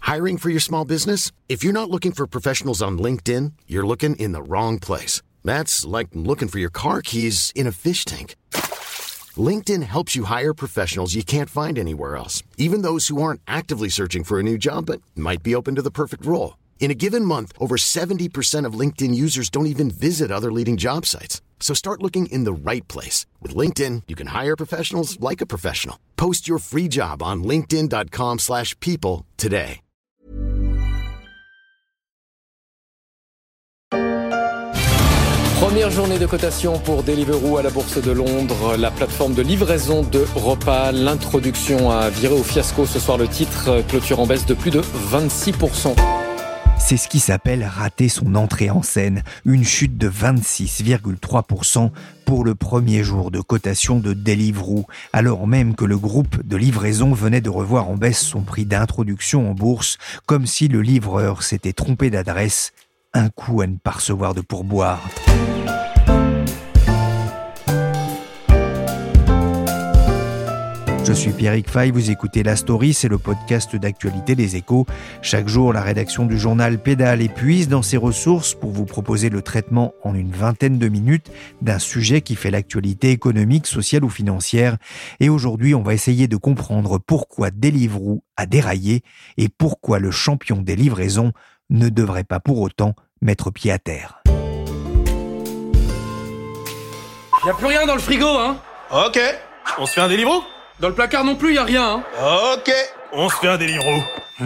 Hiring for your small business? If you're not looking for professionals on LinkedIn, you're looking in the wrong place. That's like looking for your car keys in a fish tank. LinkedIn helps you hire professionals you can't find anywhere else, even those who aren't actively searching for a new job but might be open to the perfect role. In a given month, over 70% of LinkedIn users don't even visit other leading job sites. So start looking in the right place. With LinkedIn, you can hire professionals like a professional. Post your free job on linkedin.com/people today. Première journée de cotation pour Deliveroo à la Bourse de Londres, la plateforme de livraison de repas. L'introduction a viré au fiasco ce soir. Le titre clôture en baisse de plus de 26%. C'est ce qui s'appelle rater son entrée en scène, une chute de 26,3% pour le premier jour de cotation de Deliveroo, alors même que le groupe de livraison venait de revoir en baisse son prix d'introduction en bourse, comme si le livreur s'était trompé d'adresse, un coup à ne pas recevoir de pourboire. Je suis Pierrick Fay, vous écoutez La Story, c'est le podcast d'actualité des Échos. Chaque jour, la rédaction du journal pédale et puise dans ses ressources pour vous proposer le traitement en une vingtaine de minutes d'un sujet qui fait l'actualité économique, sociale ou financière. Et aujourd'hui, on va essayer de comprendre pourquoi Deliveroo a déraillé et pourquoi le champion des livraisons ne devrait pas pour autant mettre pied à terre. Y'a plus rien dans le frigo, hein? Ok, on se fait un Deliveroo? Dans le placard non plus, y a rien, hein? Ok, on se fait un Deliveroo.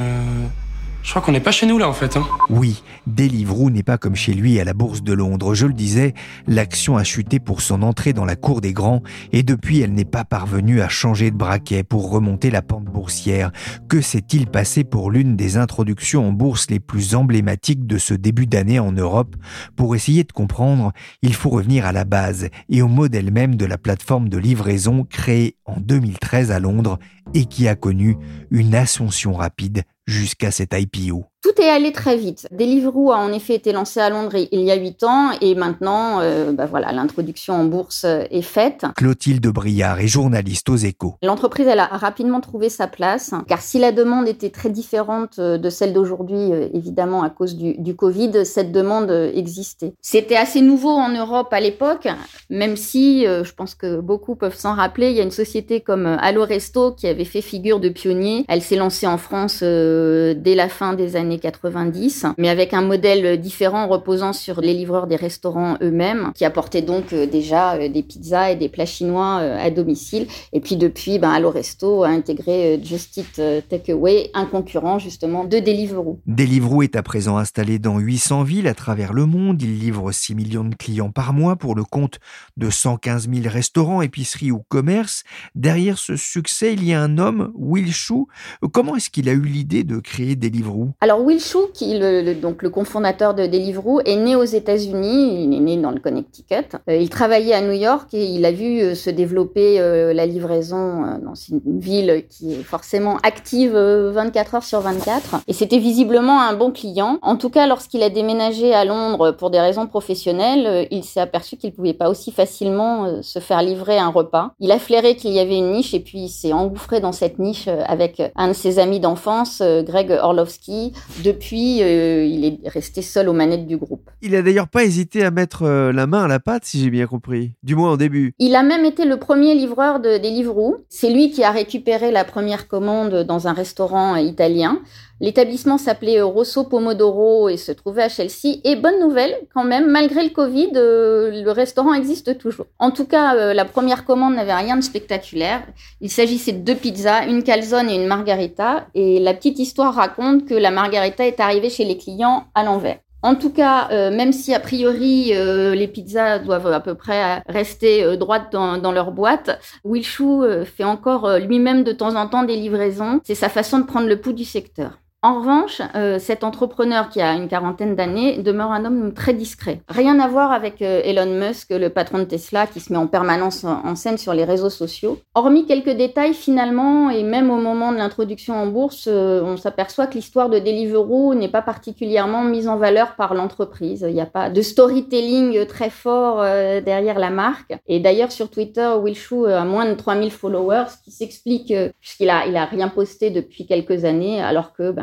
Je crois qu'on n'est pas chez nous là en fait, hein? Oui, Deliveroo n'est pas comme chez lui à la Bourse de Londres. Je le disais, l'action a chuté pour son entrée dans la cour des grands et depuis, elle n'est pas parvenue à changer de braquet pour remonter la pente boursière. Que s'est-il passé pour l'une des introductions en bourse les plus emblématiques de ce début d'année en Europe? Pour essayer de comprendre, il faut revenir à la base et au modèle même de la plateforme de livraison créée en 2013 à Londres et qui a connu une ascension rapide jusqu'à cet IPO. Tout est allé très vite. Deliveroo a en effet été lancé à Londres il y a 8 ans et maintenant, l'introduction en bourse est faite. Clotilde Briard est journaliste aux Échos. L'entreprise, elle a rapidement trouvé sa place, car si la demande était très différente de celle d'aujourd'hui, évidemment à cause du Covid, cette demande existait. C'était assez nouveau en Europe à l'époque, même si, je pense que beaucoup peuvent s'en rappeler, il y a une société comme Allo Resto qui avait fait figure de pionnier. Elle s'est lancée en France dès la fin des années 90, mais avec un modèle différent reposant sur les livreurs des restaurants eux-mêmes, qui apportaient donc déjà des pizzas et des plats chinois à domicile. Et puis depuis, Allo Resto a intégré Just Eat Takeaway, un concurrent justement de Deliveroo. Deliveroo est à présent installé dans 800 villes à travers le monde. Il livre 6 millions de clients par mois pour le compte de 115 000 restaurants, épiceries ou commerces. Derrière ce succès, il y a un homme, Will Shu. Comment est-ce qu'il a eu l'idée de créer Deliveroo? Alors Will Shu, qui est le cofondateur de Deliveroo, est né aux États-Unis. Il est né dans le Connecticut. Il travaillait à New York et il a vu se développer la livraison dans une ville qui est forcément active 24 heures sur 24. Et c'était visiblement un bon client. En tout cas, lorsqu'il a déménagé à Londres pour des raisons professionnelles, il s'est aperçu qu'il ne pouvait pas aussi facilement se faire livrer un repas. Il a flairé qu'il y avait une niche et puis il s'est engouffré dans cette niche avec un de ses amis d'enfance, Greg Orlovsky. Depuis, il est resté seul aux manettes du groupe. Il a d'ailleurs pas hésité à mettre la main à la pâte, si j'ai bien compris. Du moins au début. Il a même été le premier livreur de Deliveroo. C'est lui qui a récupéré la première commande dans un restaurant italien. L'établissement s'appelait Rosso Pomodoro et se trouvait à Chelsea. Et bonne nouvelle, quand même, malgré le Covid, le restaurant existe toujours. En tout cas, la première commande n'avait rien de spectaculaire. Il s'agissait de 2 pizzas, une calzone et une margarita. Et la petite histoire raconte que la margarita est arrivée chez les clients à l'envers. En tout cas, même si a priori les pizzas doivent à peu près rester droites dans leur boîte, Will Shu fait encore lui-même de temps en temps des livraisons. C'est sa façon de prendre le pouls du secteur. En revanche, cet entrepreneur qui a une quarantaine d'années demeure un homme très discret. Rien à voir avec Elon Musk, le patron de Tesla, qui se met en permanence en scène sur les réseaux sociaux. Hormis quelques détails, finalement, et même au moment de l'introduction en bourse, on s'aperçoit que l'histoire de Deliveroo n'est pas particulièrement mise en valeur par l'entreprise. Il n'y a pas de storytelling très fort derrière la marque. Et d'ailleurs, sur Twitter, Will Shu a moins de 3000 followers, ce qui s'explique puisqu'il a rien posté depuis quelques années, alors que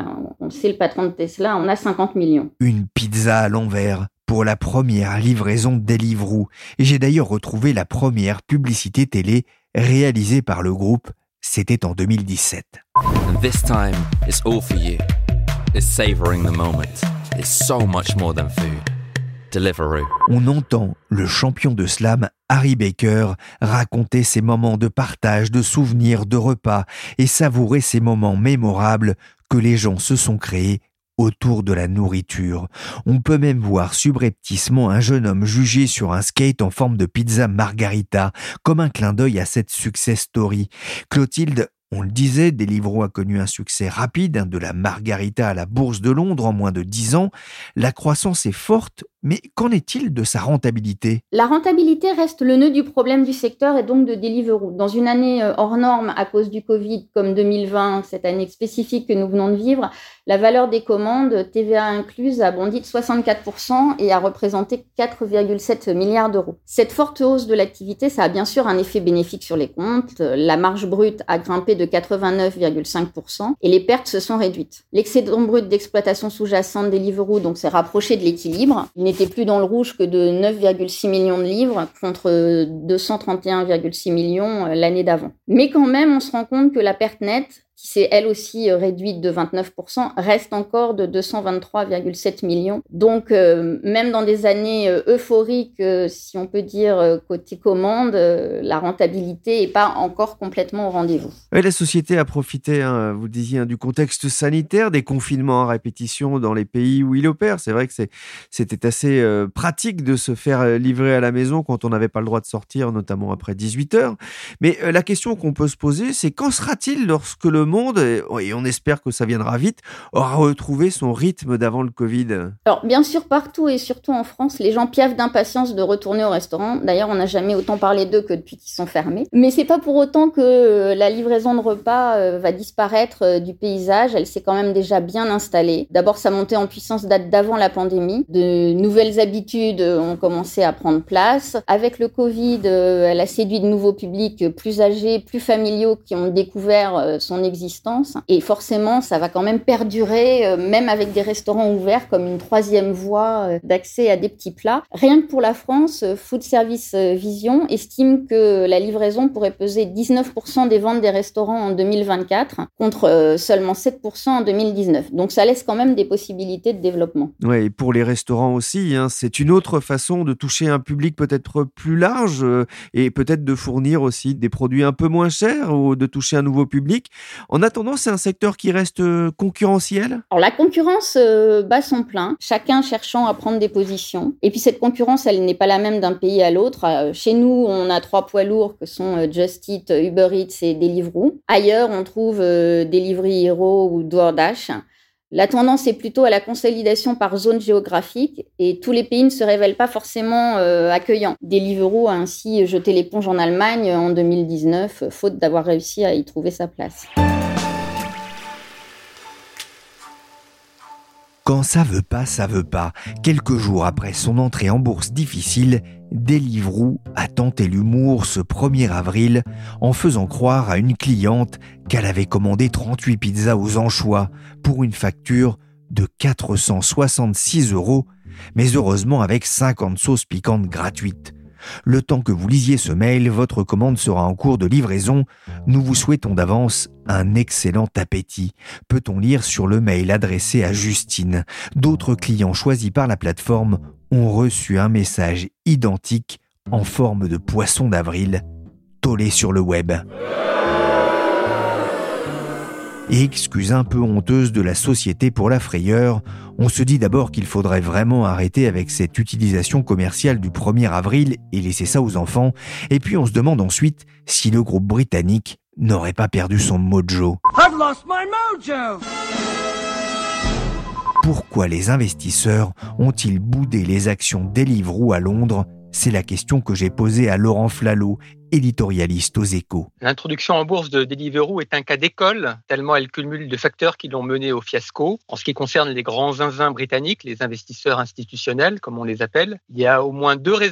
On le sait, le patron de Tesla en a 50 millions. Une pizza à l'envers pour la première livraison Deliveroo. Et j'ai d'ailleurs retrouvé la première publicité télé réalisée par le groupe. C'était en 2017. And this time, it's all for you. It's savoring the moment. It's so much more than food. Deliveroo. On entend le champion de slam Harry Baker raconter ses moments de partage, de souvenirs, de repas et savourer ces moments mémorables que les gens se sont créés autour de la nourriture. On peut même voir subrepticement un jeune homme jugé sur un skate en forme de pizza margarita, comme un clin d'œil à cette success story. Clotilde, on le disait, Deliveroo a connu un succès rapide, de la margarita à la Bourse de Londres en moins de 10 ans. La croissance est forte, mais qu'en est-il de sa rentabilité ? La rentabilité reste le nœud du problème du secteur et donc de Deliveroo. Dans une année hors norme à cause du Covid, comme 2020, cette année spécifique que nous venons de vivre, la valeur des commandes, TVA incluse, a bondi de 64% et a représenté 4,7 milliards d'euros. Cette forte hausse de l'activité, ça a bien sûr un effet bénéfique sur les comptes. La marge brute a grimpé de 89,5% et les pertes se sont réduites. L'excédent brut d'exploitation sous-jacente de Deliveroo donc s'est rapproché de l'équilibre. Il n'était plus dans le rouge que de 9,6 millions de livres contre 231,6 millions l'année d'avant. Mais quand même, on se rend compte que la perte nette, qui s'est elle aussi réduite de 29%, reste encore de 223,7 millions. Donc, même dans des années euphoriques, si on peut dire, côté commande, la rentabilité n'est pas encore complètement au rendez-vous. Oui, la société a profité, vous le disiez, du contexte sanitaire, des confinements à répétition dans les pays où il opère. C'est vrai que c'était assez pratique de se faire livrer à la maison quand on n'avait pas le droit de sortir, notamment après 18 heures. Mais la question qu'on peut se poser, c'est qu'en sera-t-il lorsque le monde, et on espère que ça viendra vite, aura retrouvé son rythme d'avant le Covid? Alors, bien sûr, partout et surtout en France, les gens piaffent d'impatience de retourner au restaurant. D'ailleurs, on n'a jamais autant parlé d'eux que depuis qu'ils sont fermés. Mais c'est pas pour autant que la livraison de repas va disparaître du paysage. Elle s'est quand même déjà bien installée. D'abord, sa montée en puissance date d'avant la pandémie. De nouvelles habitudes ont commencé à prendre place. Avec le Covid, elle a séduit de nouveaux publics plus âgés, plus familiaux qui ont découvert son existence. Et forcément, ça va quand même perdurer, même avec des restaurants ouverts, comme une troisième voie d'accès à des petits plats. Rien que pour la France, Food Service Vision estime que la livraison pourrait peser 19% des ventes des restaurants en 2024, contre seulement 7% en 2019. Donc ça laisse quand même des possibilités de développement. Oui, et pour les restaurants aussi, c'est une autre façon de toucher un public peut-être plus large et peut-être de fournir aussi des produits un peu moins chers ou de toucher un nouveau public. En attendant, c'est un secteur qui reste concurrentiel ? Alors la concurrence bat son plein, chacun cherchant à prendre des positions. Et puis cette concurrence, elle n'est pas la même d'un pays à l'autre. Chez nous, on a 3 poids lourds que sont Just Eat, Uber Eats et Deliveroo. Ailleurs, on trouve Delivery Hero ou DoorDash. La tendance est plutôt à la consolidation par zone géographique et tous les pays ne se révèlent pas forcément accueillants. Deliveroo a ainsi jeté l'éponge en Allemagne en 2019, faute d'avoir réussi à y trouver sa place. Quand ça veut pas, ça veut pas. Quelques jours après son entrée en bourse difficile, Deliveroo a tenté l'humour ce 1er avril en faisant croire à une cliente qu'elle avait commandé 38 pizzas aux anchois pour une facture de 466 €, mais heureusement avec 50 sauces piquantes gratuites. Le temps que vous lisiez ce mail, votre commande sera en cours de livraison. Nous vous souhaitons d'avance un excellent appétit. Peut-on lire sur le mail adressé à Justine. D'autres clients choisis par la plateforme ont reçu un message identique en forme de poisson d'avril, tollé sur le web. Et excuse un peu honteuse de la société pour la frayeur, on se dit d'abord qu'il faudrait vraiment arrêter avec cette utilisation commerciale du 1er avril et laisser ça aux enfants, et puis on se demande ensuite si le groupe britannique n'aurait pas perdu son mojo. I've lost my mojo! Pourquoi les investisseurs ont-ils boudé les actions Deliveroo à Londres ? C'est la question que j'ai posée à Laurent Flalot, éditorialiste aux Échos. L'introduction en bourse de Deliveroo est un cas d'école, tellement elle cumule de facteurs qui l'ont mené au fiasco. En ce qui concerne les grands zinzins britanniques, les investisseurs institutionnels, comme on les appelle, il y a au moins 2 raisons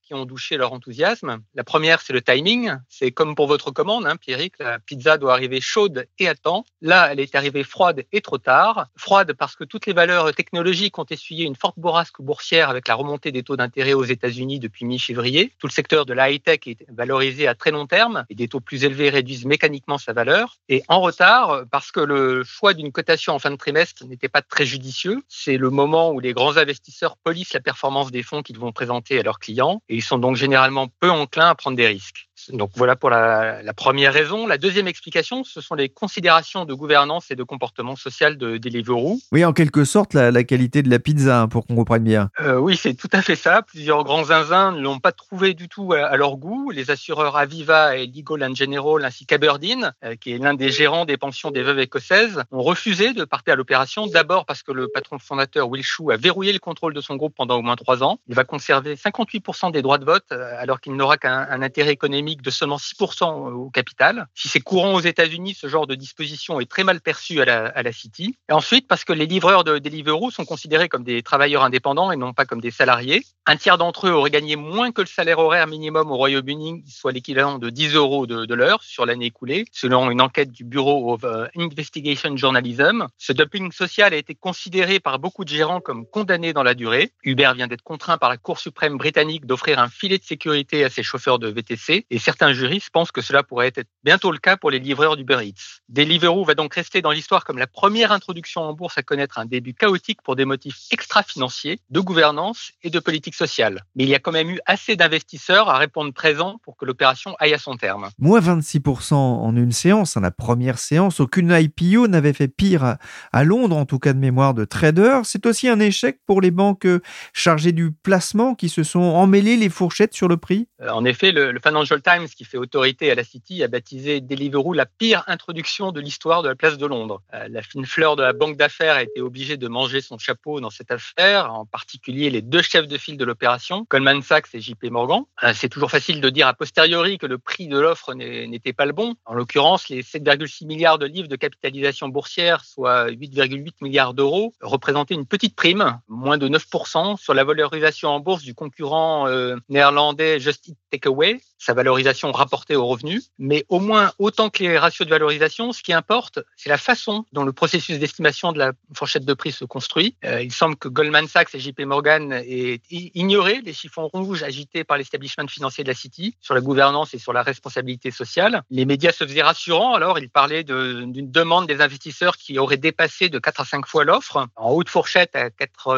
qui ont douché leur enthousiasme. La première, c'est le timing. C'est comme pour votre commande, Pierrick, la pizza doit arriver chaude et à temps. Là, elle est arrivée froide et trop tard. Froide parce que toutes les valeurs technologiques ont essuyé une forte bourrasque boursière avec la remontée des taux d'intérêt aux États-Unis depuis mi-février. Tout le secteur de la high-tech est valorisé à très long terme et des taux plus élevés réduisent mécaniquement sa valeur. Et en retard parce que le choix d'une cotation en fin de trimestre n'était pas très judicieux. C'est le moment où les grands investisseurs polissent la performance des fonds qu'ils vont présenter à leurs clients et ils sont donc généralement peu enclins à prendre des risques. Donc voilà pour la première raison. La deuxième explication, ce sont les considérations de gouvernance et de comportement social de Deliveroo. Oui, en quelque sorte, la qualité de la pizza, pour qu'on comprenne bien. Oui, c'est tout à fait ça. Plusieurs grands zinzins ne l'ont pas trouvé du tout à leur goût. Les assureurs Aviva et Legal & General ainsi qu'Aberdeen, qui est l'un des gérants des pensions des veuves écossaises, ont refusé de partir à l'opération. D'abord parce que le patron fondateur Will Shue a verrouillé le contrôle de son groupe pendant au moins 3 ans. Il va conserver 58% des droits de vote alors qu'il n'aura qu'un intérêt économique de seulement 6% au capital. Si c'est courant aux États-Unis, ce genre de disposition est très mal perçu à la City. Et ensuite, parce que les livreurs de Deliveroo sont considérés comme des travailleurs indépendants et non pas comme des salariés. Un tiers d'entre eux auraient gagné moins que le salaire horaire minimum au Royaume-Uni, soit l'équivalent de 10 € de l'heure sur l'année écoulée, selon une enquête du Bureau of Investigation Journalism. Ce dumping social a été considéré par beaucoup de gérants comme condamné dans la durée. Uber vient d'être contraint par la Cour suprême britannique d'offrir un filet de sécurité à ses chauffeurs de VTC et certains juristes pensent que cela pourrait être bientôt le cas pour les livreurs d'Uber Eats. Deliveroo va donc rester dans l'histoire comme la première introduction en bourse à connaître un début chaotique pour des motifs extra-financiers, de gouvernance et de politique sociale. Mais il y a quand même eu assez d'investisseurs à répondre présent pour que l'opération aille à son terme. Moins 26% en une séance, la première séance. Aucune IPO n'avait fait pire à Londres, en tout cas de mémoire de traders. C'est aussi un échec pour les banques chargées du placement qui se sont emmêlées les fourchettes sur le prix. En effet, le Financial Times, qui fait autorité à la City, a baptisé Deliveroo la pire introduction de l'histoire de la place de Londres. La fine fleur de la banque d'affaires a été obligée de manger son chapeau dans cette affaire, en particulier les 2 chefs de file de l'opération, Goldman Sachs et JP Morgan. C'est toujours facile de dire a posteriori que le prix de l'offre n'était pas le bon. En l'occurrence, les 7,6 milliards de livres de capitalisation boursière, soit 8,8 milliards d'euros, représentaient une petite prime, moins de 9%, sur la valorisation en bourse du concurrent néerlandais Just Eat Takeaway, sa valorisation rapportée aux revenus. Mais au moins autant que les ratios de valorisation, ce qui importe, c'est la façon dont le processus d'estimation de la fourchette de prix se construit. Il semble que Goldman Sachs et JP Morgan aient ignoré les chiffons rouges agités par l'establishment financier de la City sur la gouvernance et sur la responsabilité sociale. Les médias se faisaient rassurants, alors ils parlaient d'une demande des investisseurs qui aurait dépassé de 4 à 5 fois l'offre. En haute fourchette, à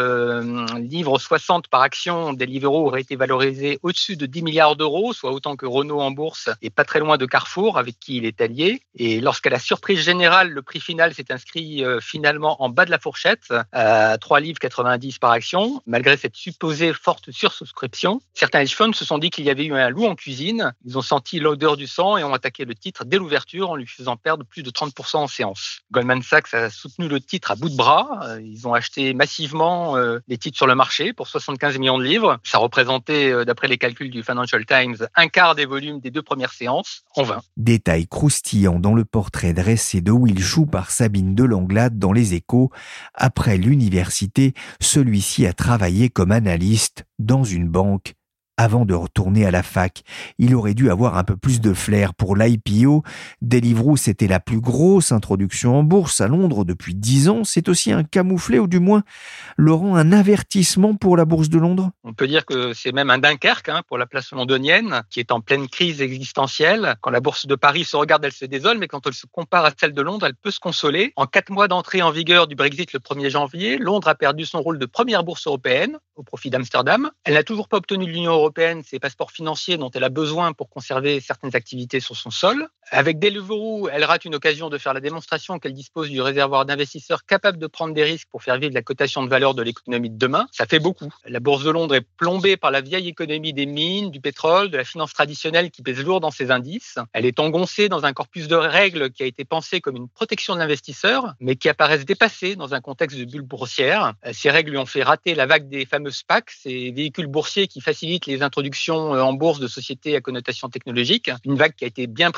4,60 livres par action, Deliveroo aurait été valorisé au-dessus de 10 milliards d'euros, soit autant que Renault en bourse et pas très loin de Carrefour, avec qui il est allié. Et lorsqu'à la surprise générale, le prix final s'est inscrit finalement en bas de la fourchette, à 3,90 livres par action, malgré cette supposée forte sursouscription. Certains hedge funds se sont dit qu'il y avait eu un loup en cuisine. Ils ont senti l'odeur du sang et ont attaqué le titre dès l'ouverture en lui faisant perdre plus de 30% en séance. Goldman Sachs a soutenu le titre à bout de bras. Ils ont acheté massivement les titres sur le marché pour 75 millions de livres. Ça représentait, d'après les calculs du Financial Times, un quart des volumes des 2 premières séances, en vain. Détail croustillant dans le portrait dressé de Will Shue par Sabine Delanglade dans Les Échos. Après l'université, celui-ci a travaillé comme analyste dans une banque. Avant de retourner à la fac, il aurait dû avoir un peu plus de flair pour l'IPO. Deliveroo, c'était la plus grosse introduction en bourse à Londres depuis 10 ans. C'est aussi un camouflet, ou du moins, Laurent, un avertissement pour la bourse de Londres. On peut dire que c'est même un Dunkerque pour la place londonienne, qui est en pleine crise existentielle. Quand la bourse de Paris se regarde, elle se désole, mais quand elle se compare à celle de Londres, elle peut se consoler. En 4 mois d'entrée en vigueur du Brexit le 1er janvier, Londres a perdu son rôle de première bourse européenne au profit d'Amsterdam. Elle n'a toujours pas obtenu de l'Union européenne ses passeports financiers dont elle a besoin pour conserver certaines activités sur son sol. Avec Deliveroo, elle rate une occasion de faire la démonstration qu'elle dispose du réservoir d'investisseurs capables de prendre des risques pour faire vivre la cotation de valeur de l'économie de demain. Ça fait beaucoup. La bourse de Londres est plombée par la vieille économie des mines, du pétrole, de la finance traditionnelle qui pèse lourd dans ses indices. Elle est engoncée dans un corpus de règles qui a été pensé comme une protection de l'investisseur, mais qui apparaissent dépassées dans un contexte de bulle boursière. Ces règles lui ont fait rater la vague des fameux SPAC, ces véhicules boursiers qui facilitent les introductions en bourse de sociétés à connotation technologique. Une vague qui a été bien prise par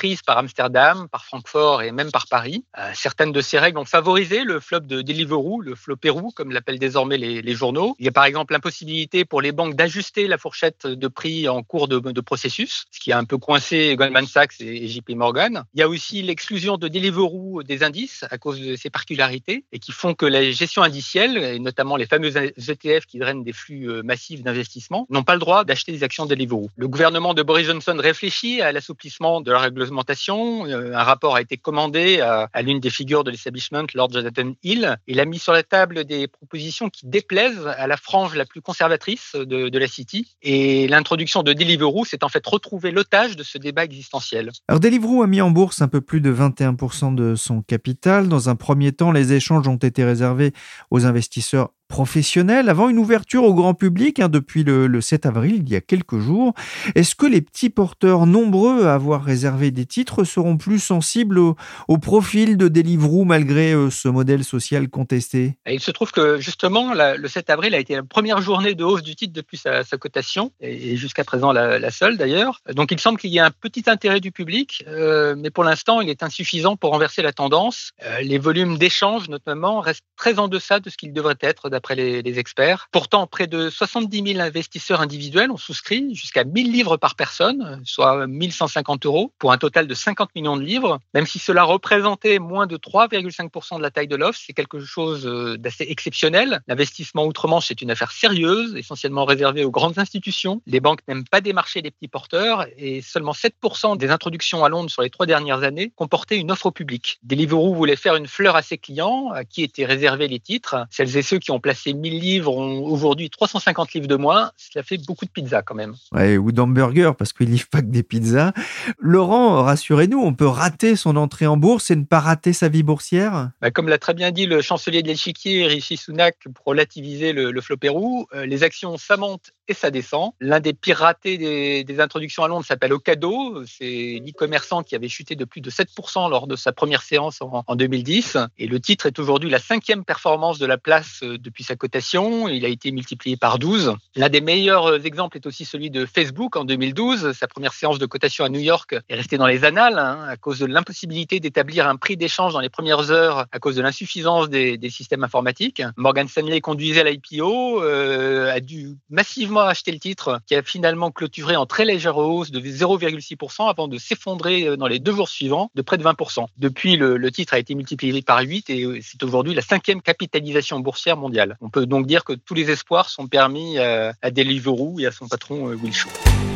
Amsterdam, par Francfort et même par Paris. Certaines de ces règles ont favorisé le flop de Deliveroo, le flopérou, comme l'appellent désormais les journaux. Il y a par exemple l'impossibilité pour les banques d'ajuster la fourchette de prix en cours de processus, ce qui a un peu coincé Goldman Sachs et JP Morgan. Il y a aussi l'exclusion de Deliveroo des indices à cause de ses particularités et qui font que la gestion indicielle, et notamment les fameux ETF qui drainent des flux massifs d'investissement, n'ont pas le droit d'acheter des actions de Deliveroo. Le gouvernement de Boris Johnson réfléchit à l'assouplissement de la réglementation. Un rapport a été commandé à l'une des figures de l'establishment, Lord Jonathan Hill. Il a mis sur la table des propositions qui déplaisent à la frange la plus conservatrice de la City. Et l'introduction de Deliveroo s'est en fait retrouvée l'otage de ce débat existentiel. Alors Deliveroo a mis en bourse un peu plus de 21% de son capital. Dans un premier temps, les échanges ont été réservés aux investisseurs professionnels avant une ouverture au grand public depuis le 7 avril, il y a quelques jours. Est-ce que les petits porteurs nombreux à avoir réservé des titres seront plus sensibles au profil de Deliveroo malgré ce modèle social contesté ? Il se trouve que justement, le 7 avril a été la première journée de hausse du titre depuis sa cotation, et jusqu'à présent la seule d'ailleurs. Donc il semble qu'il y ait un petit intérêt du public, mais pour l'instant il est insuffisant pour renverser la tendance. Les volumes d'échanges notamment restent très en deçà de ce qu'ils devraient être d'après les experts. Pourtant, près de 70 000 investisseurs individuels ont souscrit jusqu'à 1 000 livres par personne, soit 1 150 €, pour un total de 50 millions de livres. Même si cela représentait moins de 3,5% de la taille de l'offre, c'est quelque chose d'assez exceptionnel. L'investissement outre-Manche, c'est une affaire sérieuse, essentiellement réservée aux grandes institutions. Les banques n'aiment pas démarcher les petits porteurs et seulement 7% des introductions à Londres sur les 3 dernières années comportaient une offre au public. Deliveroo voulait faire une fleur à ses clients, à qui étaient réservés les titres. Celles et ceux qui ont placé 1 000 livres ont aujourd'hui 350 livres de moins. Cela fait beaucoup de pizzas quand même. Ouais, ou d'hamburgers, parce qu'ils ne livrent pas que des pizzas. Laurent, rassurez-nous, on peut rater son entrée en bourse et ne pas rater sa vie boursière ? Comme l'a très bien dit le chancelier de l'échiquier, Rishi Sunak, pour relativiser le flopérou, les actions, ça monte et ça descend. L'un des pires ratés des introductions à Londres s'appelle Ocado. C'est l'e-commerçant qui avait chuté de plus de 7% lors de sa première séance en 2010. Et le titre est aujourd'hui la 5e performance de la place depuis sa cotation. Il a été multiplié par 12. L'un des meilleurs exemples est aussi celui de Facebook en 2012. Sa première séance de cotation à New York est restée dans les annales à cause de l'impossibilité d'établir un prix d'échange dans les premières heures à cause de l'insuffisance des systèmes informatiques. Morgan Stanley conduisait l'IPO, a dû massivement acheter le titre qui a finalement clôturé en très légère hausse de 0,6% avant de s'effondrer dans les 2 jours suivants de près de 20%. Depuis, le titre a été multiplié par 8 et c'est aujourd'hui la 5e capitalisation boursière mondiale. On peut donc dire que tous les espoirs sont permis à Deliveroo et à son patron Will Shaw.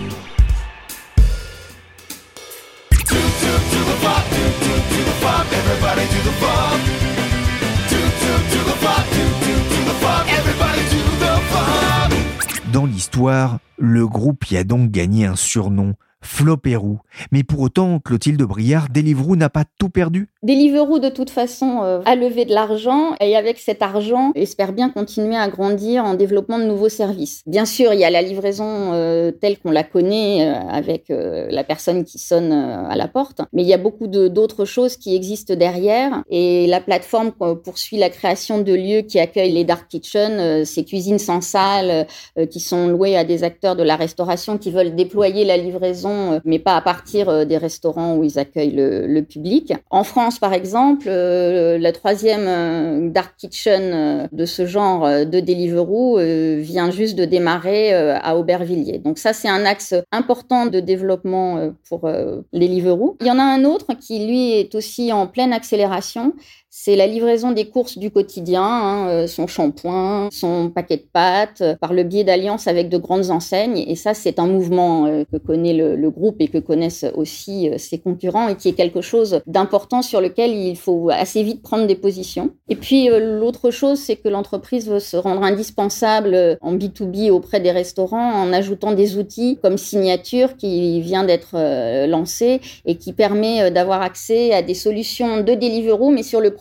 Dans l'histoire, le groupe y a donc gagné un surnom, Flopérou. Mais pour autant, Clotilde Briard, Deliveroo n'a pas tout perdu ? Deliveroo, de toute façon, a levé de l'argent et avec cet argent, espère bien continuer à grandir en développement de nouveaux services. Bien sûr, il y a la livraison telle qu'on la connaît avec la personne qui sonne à la porte, mais il y a beaucoup d'autres choses qui existent derrière et la plateforme poursuit la création de lieux qui accueillent les dark kitchens, ces cuisines sans salle qui sont louées à des acteurs de la restauration qui veulent déployer la livraison mais pas à partir des restaurants où ils accueillent le public. En France, par exemple, la 3e dark kitchen de ce genre de Deliveroo vient juste de démarrer à Aubervilliers. Donc ça, c'est un axe important de développement pour Deliveroo. Il y en a un autre qui, lui, est aussi en pleine accélération. C'est la livraison des courses du quotidien, son shampoing, son paquet de pâtes, par le biais d'alliances avec de grandes enseignes. Et ça, c'est un mouvement que connaît le groupe et que connaissent aussi ses concurrents et qui est quelque chose d'important sur lequel il faut assez vite prendre des positions. Et puis, l'autre chose, c'est que l'entreprise veut se rendre indispensable en B2B auprès des restaurants en ajoutant des outils comme Signature qui vient d'être lancé et qui permet d'avoir accès à des solutions de Deliveroo, mais sur le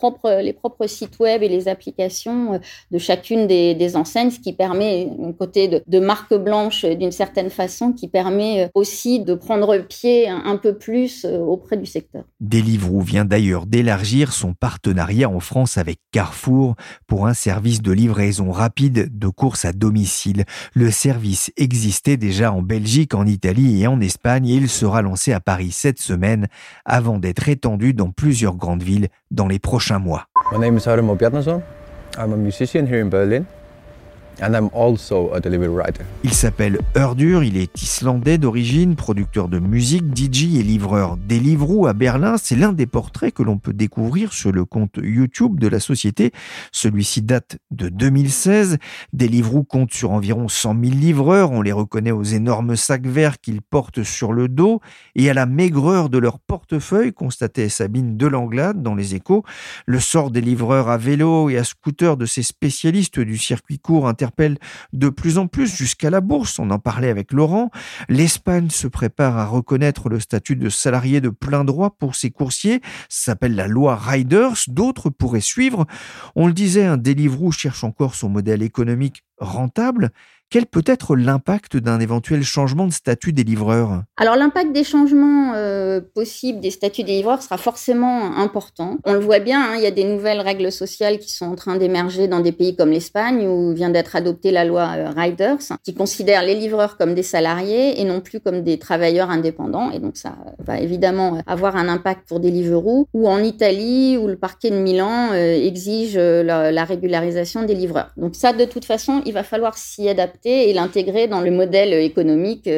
propres sites web et les applications de chacune des enseignes, ce qui permet, un côté de marque blanche d'une certaine façon, qui permet aussi de prendre pied un peu plus auprès du secteur. Deliveroo vient d'ailleurs d'élargir son partenariat en France avec Carrefour pour un service de livraison rapide de courses à domicile. Le service existait déjà en Belgique, en Italie et en Espagne et il sera lancé à Paris cette semaine avant d'être étendu dans plusieurs grandes villes dans les prochains mois. My name is Harmo Bjarnason. I'm a musician here in Berlin. And I'm also a delivery rider. Il s'appelle Urdur, il est islandais d'origine, producteur de musique, DJ et livreur. Deliveroo à Berlin, c'est l'un des portraits que l'on peut découvrir sur le compte YouTube de la société. Celui-ci date de 2016. Deliveroo compte sur environ 100 000 livreurs. On les reconnaît aux énormes sacs verts qu'ils portent sur le dos et à la maigreur de leur portefeuille, constatait Sabine Delanglade dans Les Échos. Le sort des livreurs à vélo et à scooter de ces spécialistes du circuit court interpelle de plus en plus jusqu'à la bourse. On en parlait avec Laurent. L'Espagne se prépare à reconnaître le statut de salarié de plein droit pour ses coursiers. Ça s'appelle la loi Riders. D'autres pourraient suivre. On le disait, Deliveroo cherche encore son modèle économique rentable. Quel peut être l'impact d'un éventuel changement de statut des livreurs ? Alors l'impact des changements possibles des statuts des livreurs sera forcément important. On le voit bien, il y a des nouvelles règles sociales qui sont en train d'émerger dans des pays comme l'Espagne où vient d'être adoptée la loi Riders qui considère les livreurs comme des salariés et non plus comme des travailleurs indépendants. Et donc ça va évidemment avoir un impact pour Deliveroo, ou en Italie où le parquet de Milan exige la régularisation des livreurs. Donc ça, de toute façon, il va falloir s'y adapter et l'intégrer dans le modèle économique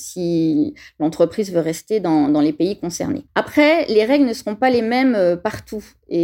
si l'entreprise veut rester dans les pays concernés. Après, les règles ne seront pas les mêmes partout.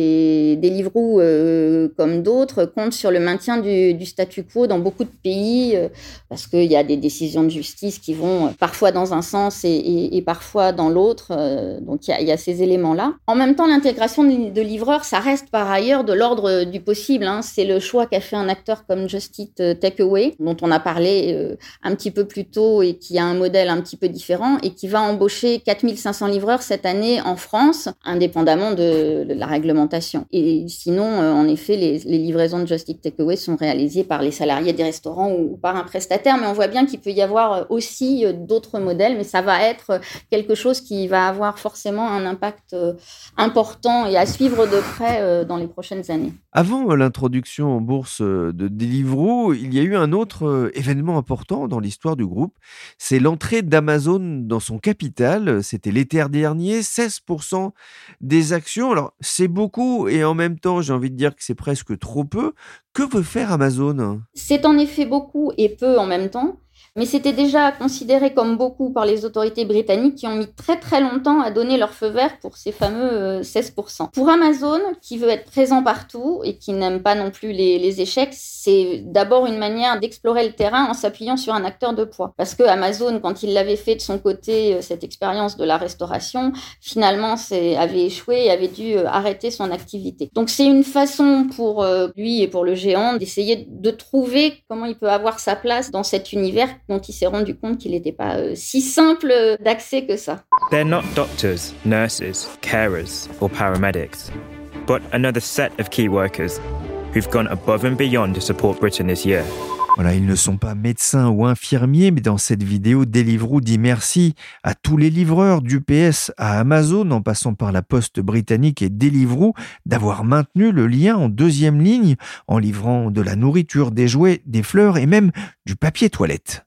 Et Deliveroo, comme d'autres, comptent sur le maintien du statu quo dans beaucoup de pays parce qu'il y a des décisions de justice qui vont parfois dans un sens et parfois dans l'autre. Donc il y a ces éléments-là. En même temps, l'intégration de livreurs, ça reste par ailleurs de l'ordre du possible. C'est le choix qu'a fait un acteur comme Just Eat Takeaway, dont on a parlé un petit peu plus tôt et qui a un modèle un petit peu différent et qui va embaucher 4500 livreurs cette année en France, indépendamment de la réglementation. Et sinon, en effet, les livraisons de Just Eat Takeaway sont réalisées par les salariés des restaurants ou par un prestataire, mais on voit bien qu'il peut y avoir aussi d'autres modèles, mais ça va être quelque chose qui va avoir forcément un impact important et à suivre de près dans les prochaines années. Avant l'introduction en bourse de Deliveroo, il y a eu un autre événement important dans l'histoire du groupe. C'est l'entrée d'Amazon dans son capital. C'était l'été dernier, 16% des actions. Alors, c'est beaucoup et en même temps, j'ai envie de dire que c'est presque trop peu. Que veut faire Amazon ? C'est en effet beaucoup et peu en même temps. Mais c'était déjà considéré comme beaucoup par les autorités britanniques qui ont mis très très longtemps à donner leur feu vert pour ces fameux 16%. Pour Amazon, qui veut être présent partout et qui n'aime pas non plus les échecs, c'est d'abord une manière d'explorer le terrain en s'appuyant sur un acteur de poids. Parce que Amazon, quand il l'avait fait de son côté, cette expérience de la restauration, finalement avait échoué et avait dû arrêter son activité. Donc c'est une façon pour lui et pour le géant d'essayer de trouver comment il peut avoir sa place dans cet univers dont il s'est rendu compte qu'il n'était pas si simple d'accès que ça. They're not doctors, nurses, carers or paramedics, but another set of key workers who've gone above and beyond to support Britain this year. Voilà, ils ne sont pas médecins ou infirmiers, mais dans cette vidéo, Deliveroo dit merci à tous les livreurs d'UPS à Amazon, en passant par la Poste britannique et Deliveroo, d'avoir maintenu le lien en deuxième ligne, en livrant de la nourriture, des jouets, des fleurs et même du papier toilette.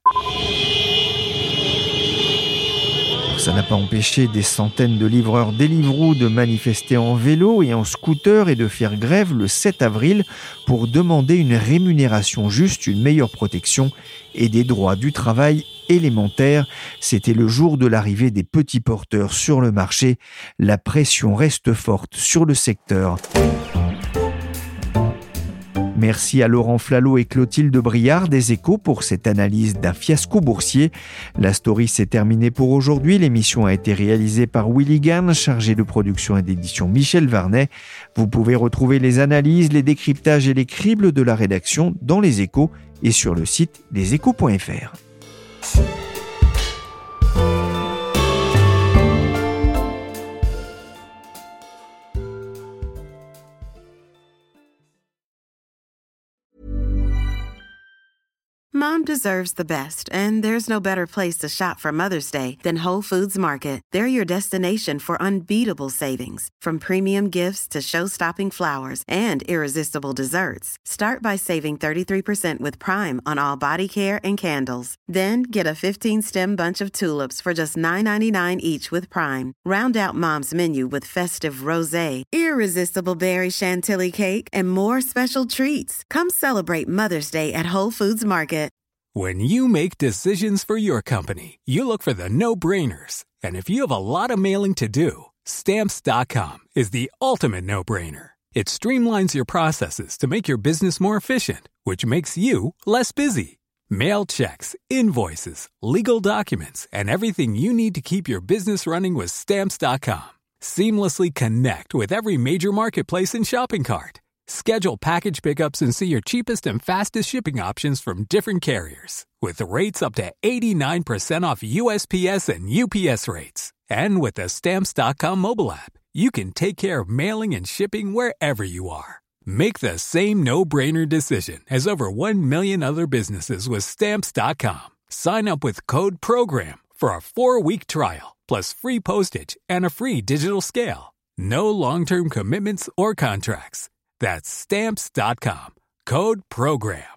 Ça n'a pas empêché des centaines de livreurs Deliveroo de manifester en vélo et en scooter et de faire grève le 7 avril pour demander une rémunération juste, une meilleure protection et des droits du travail élémentaires. C'était le jour de l'arrivée des petits porteurs sur le marché. La pression reste forte sur le secteur. Merci à Laurent Flalot et Clotilde Briard des Échos pour cette analyse d'un fiasco boursier. La story s'est terminée pour aujourd'hui. L'émission a été réalisée par Willy Gann, chargé de production et d'édition Michel Varnet. Vous pouvez retrouver les analyses, les décryptages et les cribles de la rédaction dans Les Échos et sur le site leséchos.fr. Mom deserves the best, and there's no better place to shop for Mother's Day than Whole Foods Market. They're your destination for unbeatable savings, from premium gifts to show-stopping flowers and irresistible desserts. Start by saving 33% with Prime on all body care and candles. Then get a 15-stem bunch of tulips for just $9.99 each with Prime. Round out Mom's menu with festive rosé, irresistible berry chantilly cake, and more special treats. Come celebrate Mother's Day at Whole Foods Market. When you make decisions for your company, you look for the no-brainers. And if you have a lot of mailing to do, Stamps.com is the ultimate no-brainer. It streamlines your processes to make your business more efficient, which makes you less busy. Mail checks, invoices, legal documents, and everything you need to keep your business running with Stamps.com. Seamlessly connect with every major marketplace and shopping cart. Schedule package pickups and see your cheapest and fastest shipping options from different carriers, with rates up to 89% off USPS and UPS rates. And with the Stamps.com mobile app, you can take care of mailing and shipping wherever you are. Make the same no-brainer decision as over 1 million other businesses with Stamps.com. Sign up with code PROGRAM for a 4-week trial, plus free postage and a free digital scale. No long-term commitments or contracts. That's Stamps.com. Code PROGRAM.